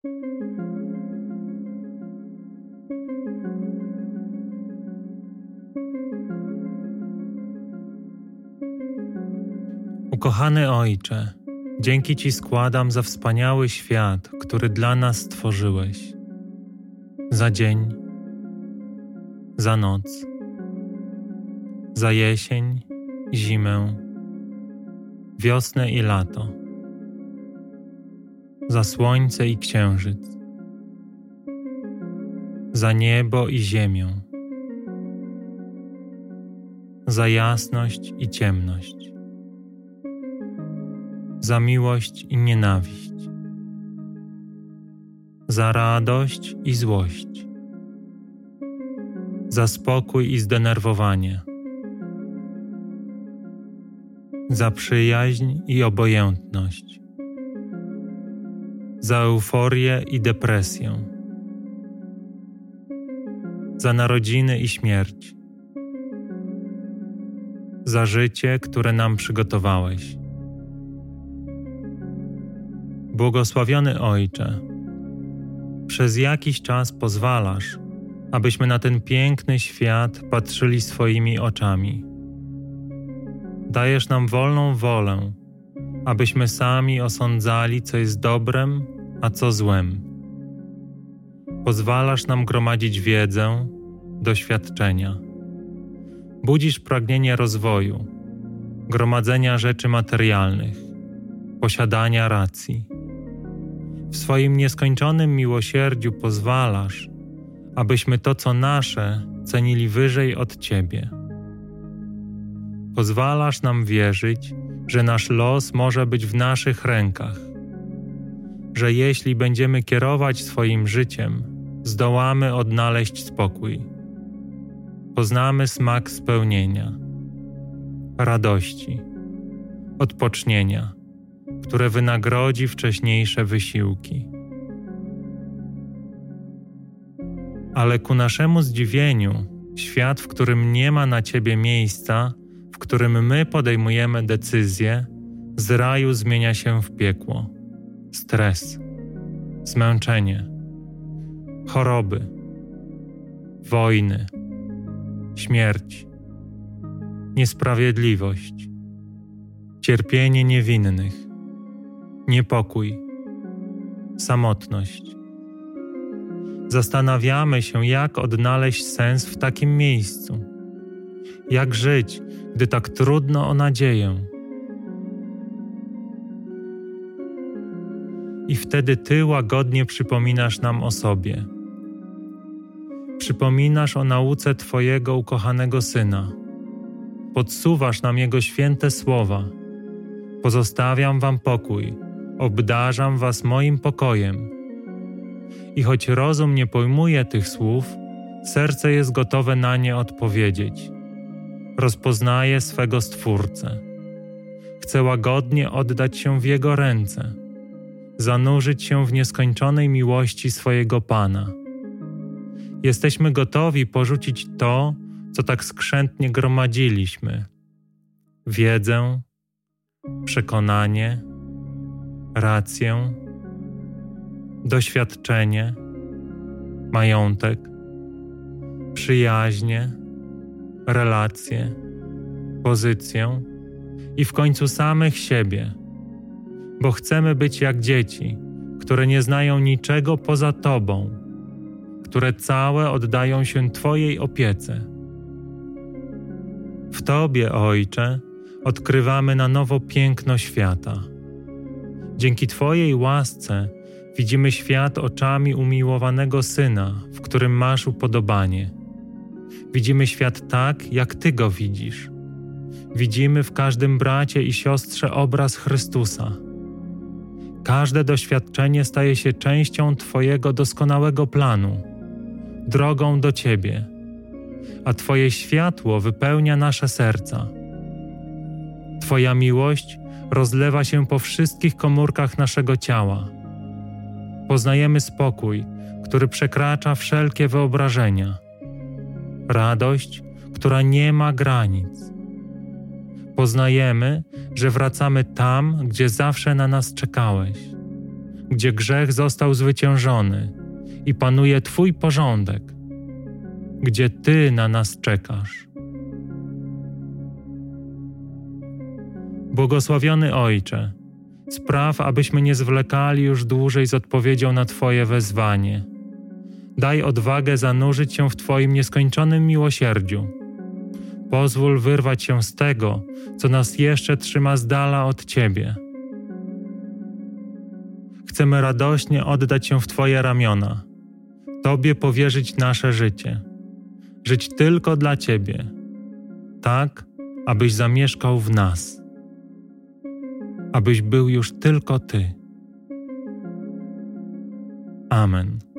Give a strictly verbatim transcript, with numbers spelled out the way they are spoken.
Ukochany Ojcze, dzięki Ci składam za wspaniały świat, który dla nas stworzyłeś. Za dzień, za noc, za jesień, zimę, wiosnę i lato, za słońce i księżyc, za niebo i ziemię, za jasność i ciemność, za miłość i nienawiść, za radość i złość, za spokój i zdenerwowanie, za przyjaźń i obojętność, za euforię i depresję, za narodziny i śmierć, za życie, które nam przygotowałeś. Błogosławiony Ojcze, przez jakiś czas pozwalasz, abyśmy na ten piękny świat patrzyli swoimi oczami. Dajesz nam wolną wolę, abyśmy sami osądzali, co jest dobrem, a co złem. Pozwalasz nam gromadzić wiedzę, doświadczenia. Budzisz pragnienie rozwoju, gromadzenia rzeczy materialnych, posiadania racji. W swoim nieskończonym miłosierdziu pozwalasz, abyśmy to, co nasze, cenili wyżej od Ciebie. Pozwalasz nam wierzyć, że nasz los może być w naszych rękach, że jeśli będziemy kierować swoim życiem, zdołamy odnaleźć spokój. Poznamy smak spełnienia, radości, odpocznienia, które wynagrodzi wcześniejsze wysiłki. Ale ku naszemu zdziwieniu, świat, w którym nie ma na Ciebie miejsca, w którym my podejmujemy decyzje, z raju zmienia się w piekło. Stres, zmęczenie, choroby, wojny, śmierć, niesprawiedliwość, cierpienie niewinnych, niepokój, samotność. Zastanawiamy się, jak odnaleźć sens w takim miejscu. Jak żyć, gdy tak trudno o nadzieję. I wtedy Ty łagodnie przypominasz nam o sobie. Przypominasz o nauce Twojego ukochanego Syna. Podsuwasz nam Jego święte słowa. Pozostawiam Wam pokój, obdarzam Was moim pokojem. I choć rozum nie pojmuje tych słów, serce jest gotowe na nie odpowiedzieć. Rozpoznaje swego Stwórcę. Chce łagodnie oddać się w Jego ręce, zanurzyć się w nieskończonej miłości swojego Pana. Jesteśmy gotowi porzucić to, co tak skrzętnie gromadziliśmy. Wiedzę, przekonanie, rację, doświadczenie, majątek, przyjaźnie, relacje, pozycję i w końcu samych siebie, bo chcemy być jak dzieci, które nie znają niczego poza Tobą, które całe oddają się Twojej opiece. W Tobie, Ojcze, odkrywamy na nowo piękno świata. Dzięki Twojej łasce widzimy świat oczami umiłowanego Syna, w którym masz upodobanie. Widzimy świat tak, jak Ty go widzisz. Widzimy w każdym bracie i siostrze obraz Chrystusa. Każde doświadczenie staje się częścią Twojego doskonałego planu, drogą do Ciebie, a Twoje światło wypełnia nasze serca. Twoja miłość rozlewa się po wszystkich komórkach naszego ciała. Poznajemy spokój, który przekracza wszelkie wyobrażenia. Radość, która nie ma granic. Poznajemy, że wracamy tam, gdzie zawsze na nas czekałeś. gdzie grzech został zwyciężony i panuje Twój porządek, gdzie Ty na nas czekasz. Błogosławiony Ojcze, spraw, abyśmy nie zwlekali już dłużej z odpowiedzią na Twoje wezwanie. Daj odwagę zanurzyć się w Twoim nieskończonym miłosierdziu. Pozwól wyrwać się z tego, co nas jeszcze trzyma z dala od Ciebie. Chcemy radośnie oddać się w Twoje ramiona, Tobie powierzyć nasze życie, żyć tylko dla Ciebie, tak, abyś zamieszkał w nas, abyś był już tylko Ty. Amen.